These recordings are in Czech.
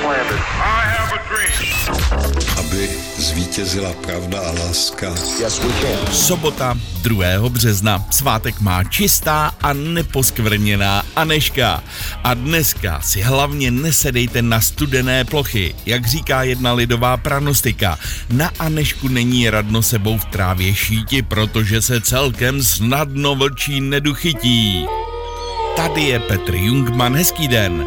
landed. I have a dream. Aby zvítězila pravda a láska. Yes, we can. Sobota 2. března. Svátek má čistá a neposkvrněná Anežka. A dneska si hlavně nesedejte na studené plochy. Jak říká jedna lidová pranostika, na Anežku není radno sebou v trávě šíti, protože se celkem snadno vlčí neduch chytí. Tady je Petr Jungmann, hezký den.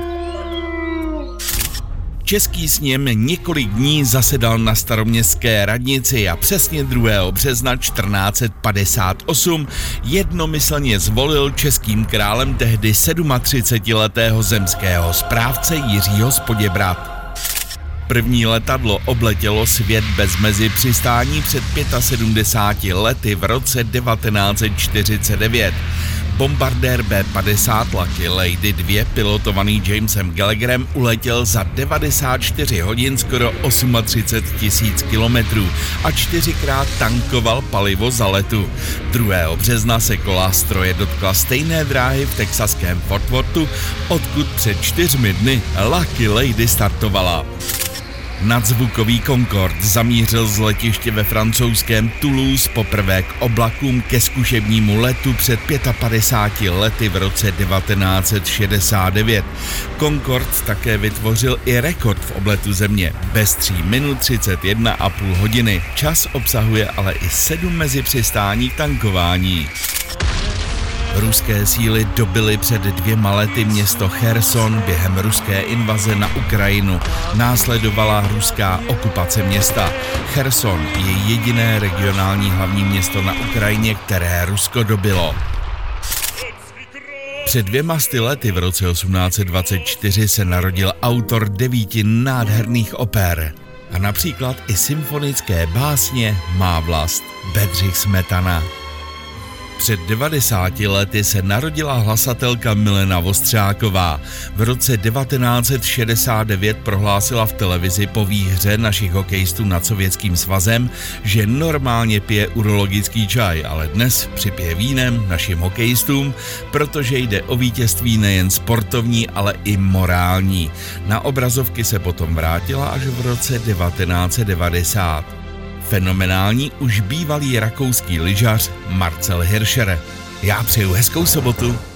Český sněm několik dní zasedal na Staroměstské radnici a přesně 2. března 1458 jednomyslně zvolil českým králem tehdy 37letého zemského správce Jiřího z Poděbrad. První letadlo obletělo svět bez mezi přistání před 75 lety v roce 1949. Bombardér B-50 Lucky Lady 2, pilotovaný Jamesem Gallagherem, uletěl za 94 hodin skoro 38 000 kilometrů a 4krát tankoval palivo za letu. 2. března se kola stroje dotkla stejné dráhy v texaském Fort Worthu, odkud před 4 dny Lucky Lady startovala. Nadzvukový Concorde zamířil z letiště ve francouzském Toulouse poprvé k oblakům ke zkušebnímu letu před 55 lety v roce 1969. Concorde také vytvořil i rekord v obletu země bez 3 minut 31,5 hodiny. Čas obsahuje ale i 7 mezipřistání tankování. Ruské síly dobyly před 2 lety město Cherson během ruské invaze na Ukrajinu. Následovala ruská okupace města. Cherson je jediné regionální hlavní město na Ukrajině, které Rusko dobylo. Před 200 lety v roce 1824 se narodil autor 9 nádherných oper. A například i symfonické básně má vlast Bedřich Smetana. Před 90 lety se narodila hlasatelka Milena Vostřáková. V roce 1969 prohlásila v televizi po výhře našich hokejistů nad Sovětským svazem, že normálně pije urologický čaj, ale dnes připije vínem našim hokejistům, protože jde o vítězství nejen sportovní, ale i morální. Na obrazovky se potom vrátila až v roce 1990. Fenomenální už bývalý rakouský lyžař Marcel Hirscher. Já přeju hezkou sobotu.